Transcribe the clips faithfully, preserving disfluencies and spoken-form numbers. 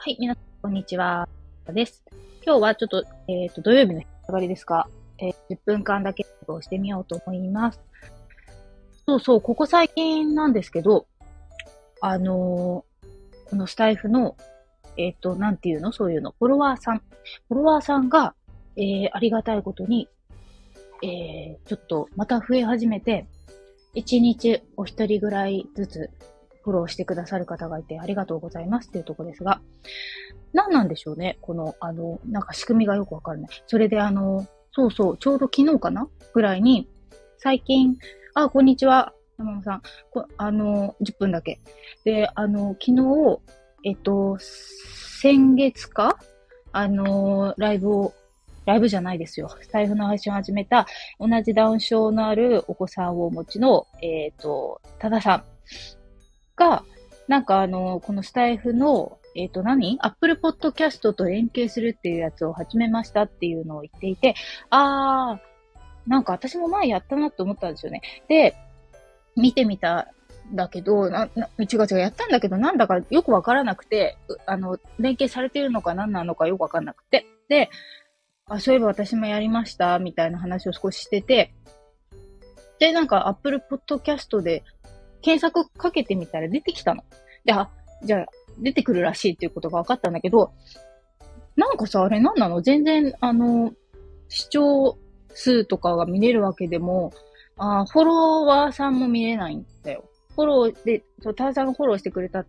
はい、皆さん、こんにちは。です。今日はちょっと、えっと、土曜日の日上がりですが、えー、じゅっぷんかんだけをしてみようと思います。そうそう、ここ最近なんですけど、あのー、このスタイフの、えっと、なんていうのそういうの。フォロワーさん。フォロワーさんが、えー、ありがたいことに、えー、ちょっと、また増え始めて、いちにちお一人ぐらいずつ、フォローしてくださる方がいてありがとうございますっていうところですが、何なんでしょうね。この、あの、なんか仕組みがよくわかんない。それであの、そうそう、ちょうど昨日かなぐらいに、最近、あ、こんにちは、山本さん。こあの、じゅっぷんだけ。で、あの、昨日、えっと、先月かあの、ライブを、ライブじゃないですよ。財布の配信を始めた、同じダウン症のあるお子さんをお持ちの、えっと、多田さんが、なんかあの、このスタイフの、えっと何 Apple Podcast と連携するっていうやつを始めましたっていうのを言っていて、あー、なんか私も前やったなって思ったんですよね。で、見てみたんだけど、な、な、違う違う、やったんだけど、なんだかよくわからなくて、あの、連携されているのか何なのかよくわかんなくて。で、あ、そういえば私もやりました、みたいな話を少ししてて、で、なんか Apple Podcast で検索かけてみたら出てきたの。で、あ、じゃあ、出てくるらしいっていうことが分かったんだけど、なんかさ、あれなんなの全然、あの、視聴数とかが見れるわけでも、あフォロワーさんも見れないんだよ。フォローで、そう、ターさんがフォローしてくれたって、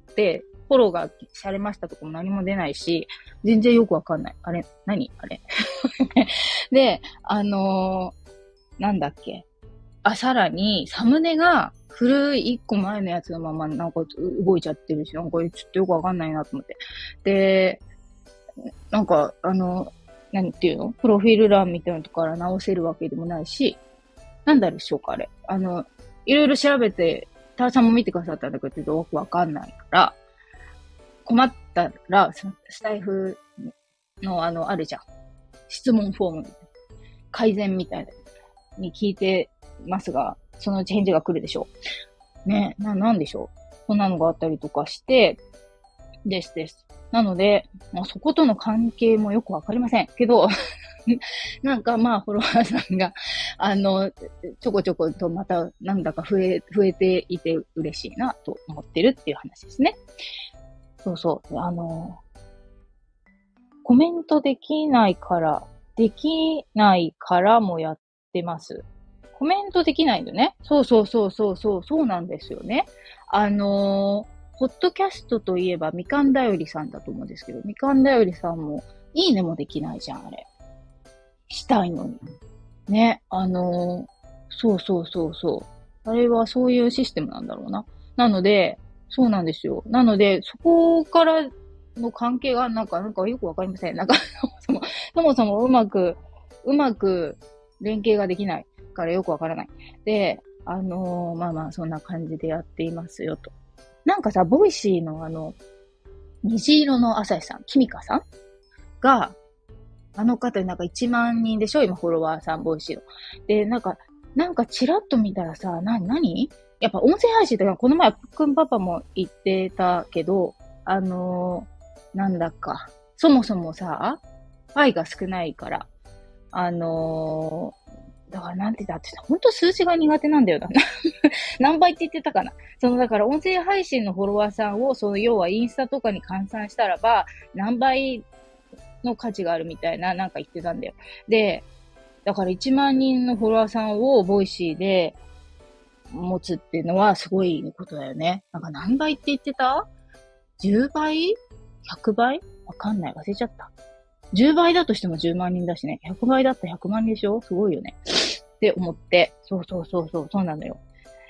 フォローがされましたとかも何も出ないし、全然よくわかんない。あれ何あれで、あのー、なんだっけあ、さらに、サムネが古い一個前のやつのままなんか動いちゃってるし、なんかちょっとよくわかんないなと思って。で、なんか、あの、何ていうのプロフィール欄みたいなとこから直せるわけでもないし、なんだでしょうかあれ。あの、いろいろ調べて、タワさんも見てくださったんだけど、よくわかんないから、困ったら、スタイフのあの、あるじゃん。質問フォーム、改善みたいな、に聞いてますが、そのうち返事が来るでしょう。ね、な、なんでしょう。そんなのがあったりとかして、ですです。なので、まあ、そことの関係もよくわかりませんけど、なんかまあ、フォロワーさんが、あの、ちょこちょことまたなんだか増え、増えていて嬉しいなと思ってるっていう話ですね。そうそう。あの、コメントできないから、できないからもやってます。コメントできないんだよね。そうそうそうそうそう、そうなんですよね。あのー、ポッドキャストといえばみかんだよりさんだと思うんですけど、みかんだよりさんもいいねもできないじゃん、あれ。したいのに。ね、あのー、そうそうそうそう。あれはそういうシステムなんだろうな。なので、そうなんですよ。なので、そこからの関係がなんか、なんかよくわかりません。なんか、そもそも、そもそもうまく、うまく連携ができないからよくわからない。で、あのー、まあまあ、そんな感じでやっていますよと。なんかさ、ボイシーのあの、虹色の朝日さん、キミカさんが、あの方なんかいちまんにんでしょ今フォロワーさん、ボイシーの。で、なんか、なんかチラッと見たらさ、な、なにやっぱ音声配信とか、この前、ぷっくんパパも言ってたけど、あのー、なんだか、そもそもさ、愛が少ないから、あのー、だからなんて言ったって、ほんと数字が苦手なんだよな。何倍って言ってたかな。その、だから音声配信のフォロワーさんを、その、要はインスタとかに換算したらば、何倍の価値があるみたいな、なんか言ってたんだよ。で、だからいちまんにんのフォロワーさんをボイシーで持つっていうのはすごいことだよね。なんか何倍って言ってた ?じゅう 倍 ?ひゃく 倍わかんない。忘れちゃった。じゅうばいだとしてもじゅうまんにんだしね。ひゃくばいだったらひゃくまんでしょすごいよね。って思って。そうそうそうそう、そうなのよ。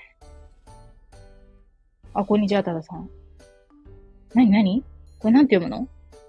あ、こんにちは、たださん。なになにこれなんて読むの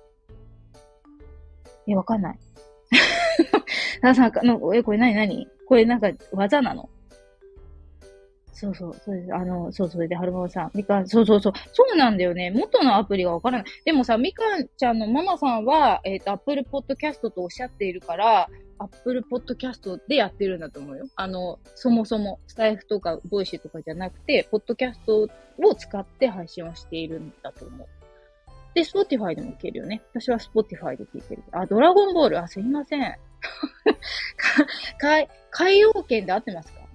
え、わかんない。たださん、のえ、これなになにこれなんか技なのそうそう、そうです。あの、そう、それで、はるまさん、みかん、そうそうそう、そうなんだよね。元のアプリがわからない。でもさ、みかんちゃんのママさんは、えっと、Apple Podcast とおっしゃっているから、Apple Podcast でやってるんだと思うよ。あの、そもそも、スタイフとか、ボイシーとかじゃなくて、Podcast を使って配信をしているんだと思う。 で、Spotify でも聞けるよね。私は Spotify で聞いてる。あ、ドラゴンボール。あ、すいません。か、海、海洋圏で合ってますか？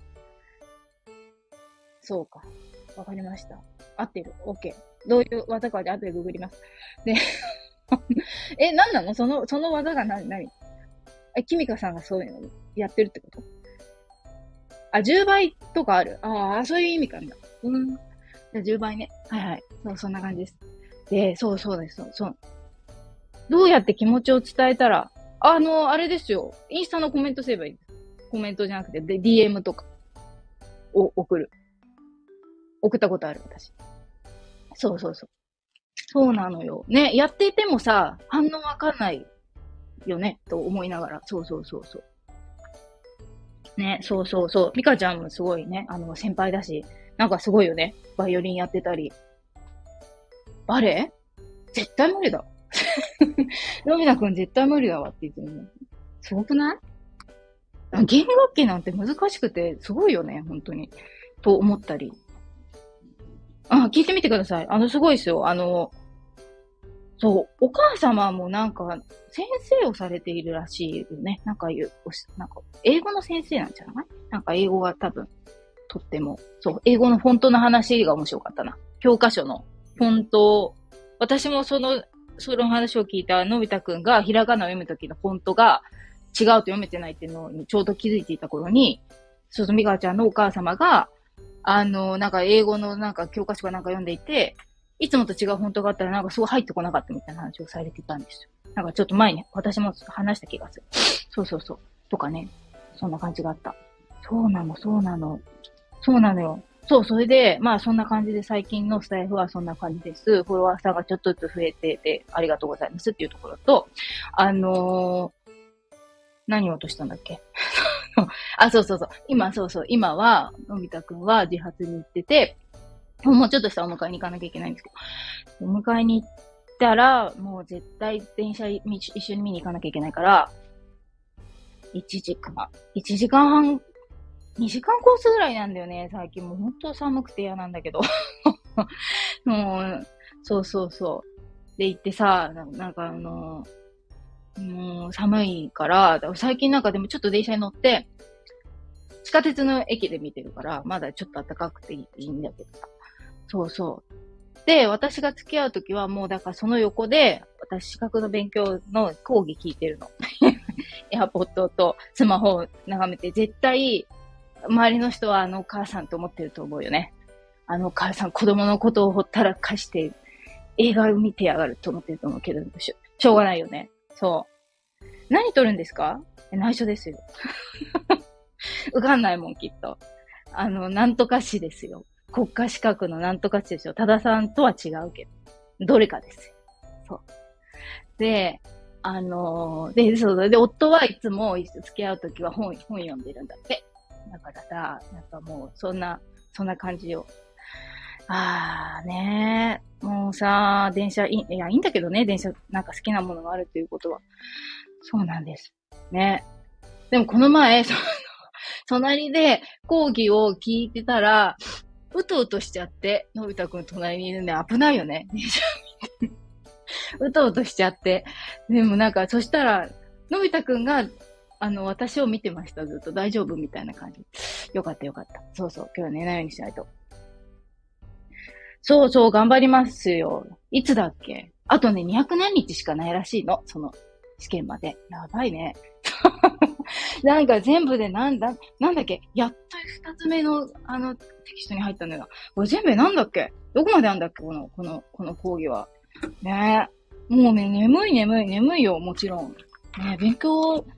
そうか。わかりました。合ってる。OK。どういう技かで後でググります。で、え、なんなのその、その技が何、何え、キミカさんがそういうのやってるってこと？あ、じゅうばいとかある。ああ、そういう意味かな。うん。じゃあじゅうばいね。はいはい。そう、そんな感じです。で、そうそうです。そう、そう。どうやって気持ちを伝えたら、あの、あれですよ。インスタのコメントすればいいです。コメントじゃなくて、で、ディーエム とかを送る。送ったことある、私。そうそうそう。そうなのよ。ね、やっていてもさ、反応わかんないよね、と思いながら。そうそうそうそう。ね、そうそうそう。ミカちゃんもすごいね、あの、先輩だし、なんかすごいよね。バイオリンやってたり。バレエ絶対無理だ。のび太くん絶対無理だわって言っても。すごくない？弦楽器なんて難しくて、すごいよね、本当に。と思ったり。あ、聞いてみてください。あの、すごいですよ。あの、そう、お母様もなんか、先生をされているらしいよね。なんか言う、なんか、英語の先生なんじゃない？なんか英語が多分、とっても、そう、英語のフォントの話が面白かったな。教科書のフォント、私もその、その話を聞いたのび太くんがひらがなを読むときのフォントが違うと読めてないっていうのにちょうど気づいていた頃に、そうそう、みかちゃんのお母様が、あの、なんか英語のなんか教科書かなんか読んでいて、いつもと違うフォントがあったらなんかすごい入ってこなかったみたいな話をされてたんですよ。なんかちょっと前に私も話した気がする。そうそうそう。とかね。そんな感じがあった。そうなの、そうなの。そうなのよ。そう、それで、まあそんな感じで最近のスタイフはそんな感じです。フォロワーさんがちょっとずつ増えてて、ありがとうございますっていうところと、あのー、何を落としたんだっけあ、そうそうそう。今、そうそう。今は、のび太くんは自発に行ってて、もうちょっとしたお迎えに行かなきゃいけないんですけど、お迎えに行ったら、もう絶対電車一緒に見に行かなきゃいけないから、いちじかん、いちじかんはん、にじかんコースぐらいなんだよね、最近。もう本当寒くて嫌なんだけど。もう、そうそうそう。で、行ってさ、ななんかあの、もう寒いから、最近なんかでもちょっと電車に乗って、地下鉄の駅で見てるから、まだちょっと暖かくていいんだけどさ。そうそう。で、私が付き合うときはもうだからその横で、私資格の勉強の講義聞いてるの。エアポッドとスマホを眺めて、絶対、周りの人はあのお母さんと思ってると思うよね。あのお母さん、子供のことをほったらかして映画を見てやがると思ってると思うけど、しょしょうがないよね。そう。何撮るんですか？内緒ですよ。わかんないもん、きっと。あの、なんとか市ですよ。国家資格のなんとか市ですよ。多田さんとは違うけど。どれかですよ。そう。で、あのー、で、そう、で、夫はいつも付き合うときは本、本読んでるんだって。だからさ、なんかもう、そんな、そんな感じよ。あーねー。もうさ、電車いい、いや、いいんだけどね、電車、なんか好きなものがあるっていうことは。そうなんです。ね。でもこの前、その、隣で講義を聞いてたら、うとうとしちゃって、のび太くん隣にいるんで危ないよね。うとうとしちゃって。でもなんか、そしたら、のび太くんが、あの、私を見てました、ずっと。大丈夫みたいな感じ。よかったよかった。そうそう、今日は寝ないようにしないと。そうそう、頑張りますよ。いつだっけ？あとね、にひゃくなんにちしかないらしいの。その、試験まで。やばいね。なんか全部でなんだ、なんだっけ？やっと二つ目の、あの、テキストに入ったんだよな。これ全部でなんだっけ？どこまであんだっけ？この、この、この講義は。ねえ。もうね、眠い眠い眠いよ、もちろん。ねえ、勉強って、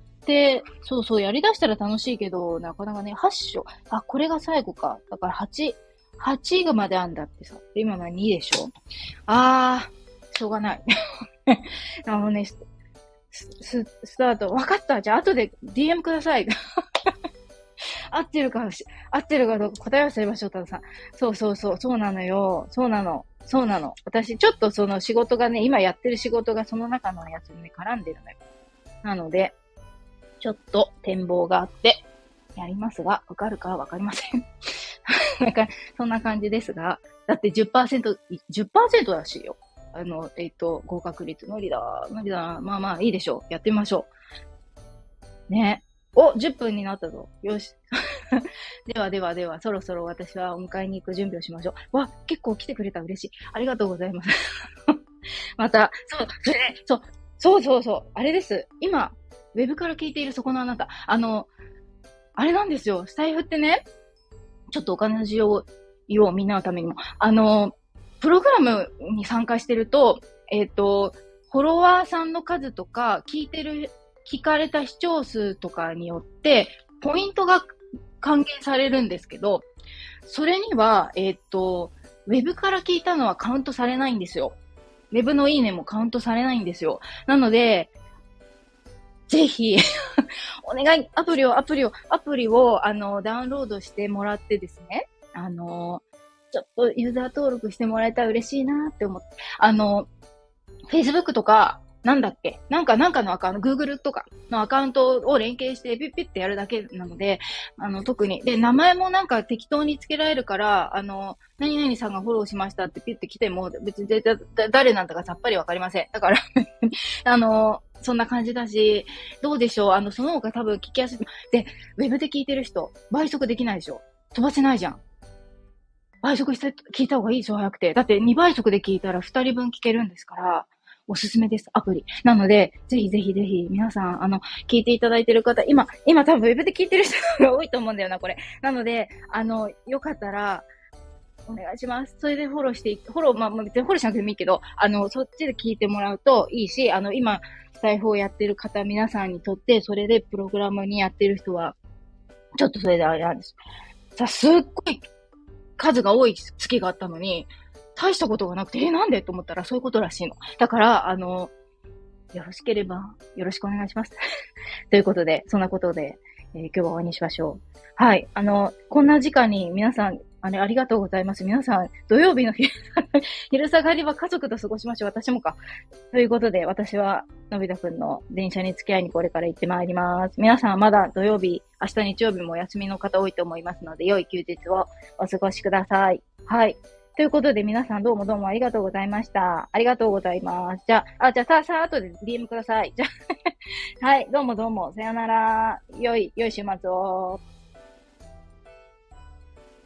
そうそう、やり出したら楽しいけど、なかなかね、はち章。あ、これが最後か。だからはち、はちがまであんだってさ。今のはにでしょ？あー、しょうがない。あのね、ス、ススタート。わかった。じゃあ後で ディーエム ください。合ってるかし、合ってるかどうか答え合わせしましょう、たださん。そうそうそう、そうなのよ。そうなの。そうなの。私、ちょっとその仕事がね、今やってる仕事がその中のやつにね、絡んでるのよ。なので、ちょっと展望があって、やりますが、わかるかはわかりません。なんか、そんな感じですが、だってじゅっパーセント、じゅっパーセントらしいよ。 あの、えっと、合格率、無理だ、無理だ、まあまあいいでしょう。やってみましょう。ね。お、じゅっぷんになったぞ。よし。ではではでは、そろそろ私はお迎えに行く準備をしましょう。わ、結構来てくれた。嬉しい。ありがとうございます。また、そう、それ、そう、そうそうそう、あれです。今、ウェブから聞いているそこのあなた。あの、あれなんですよ。スタイフってね、ちょっとお金の事情を言おう、みんなのためにも。あの、プログラムに参加してると、えっと、フォロワーさんの数とか、聞いてる、聞かれた視聴数とかによって、ポイントが還元されるんですけど、それには、えっと、ウェブから聞いたのはカウントされないんですよ。ウェブのいいねもカウントされないんですよ。なので、ぜひ、お願い、アプリを、アプリを、アプリを、あの、ダウンロードしてもらってですね、あの、ちょっとユーザー登録してもらえたら嬉しいなって思って、あの、Facebook とか、なんだっけなんか、なんかのアカウント、Google とかのアカウントを連携してピッピッってやるだけなので、あの、特に。で、名前もなんか適当につけられるから、あの、何々さんがフォローしましたってピッて来ても、別にだだ誰なんだかさっぱりわかりません。だから、あの、そんな感じだし、どうでしょうあの、その他多分聞きやすい。で、ウェブで聞いてる人、倍速できないでしょ飛ばせないじゃん。倍速して聞いた方がいいでしょ早くて。だってにばい速で聞いたらふたりぶん聞けるんですから、おすすめです、アプリ。なので、ぜひぜひぜひ、皆さん、あの、聞いていただいてる方、今、今多分ウェブで聞いてる人が多いと思うんだよな、これ。なので、あの、よかったら、お願いします。それでフォローしてい、フォロー、まあ、別にフォローしなくてもいいけど、あの、そっちで聞いてもらうといいし、あの、今、スタイフをやってる方、皆さんにとって、それでプログラムにやってる人は、ちょっとそれであれなんです。さ、すっごい数が多い月があったのに、大したことがなくて、え、なんでと思ったらそういうことらしいの。だから、あの、よろしければ、よろしくお願いします。ということで、そんなことで、えー、今日は終わりにしましょう。はい。あの、こんな時間に皆さん、あれ、ありがとうございます。皆さん、土曜日の昼昼下がりは家族と過ごしましょう。私もか。ということで、私は、のび太くんの電車に付き合いにこれから行ってまいります。皆さん、まだ土曜日、明日日曜日もお休みの方多いと思いますので、良い休日をお過ごしください。はい。ということで、皆さんどうもどうもありがとうございました。ありがとうございます。じゃあ、あ、じゃあさ、さ、後で ディーエム ください。じゃあ、はい、どうもどうも、さよなら。良い、良い週末を。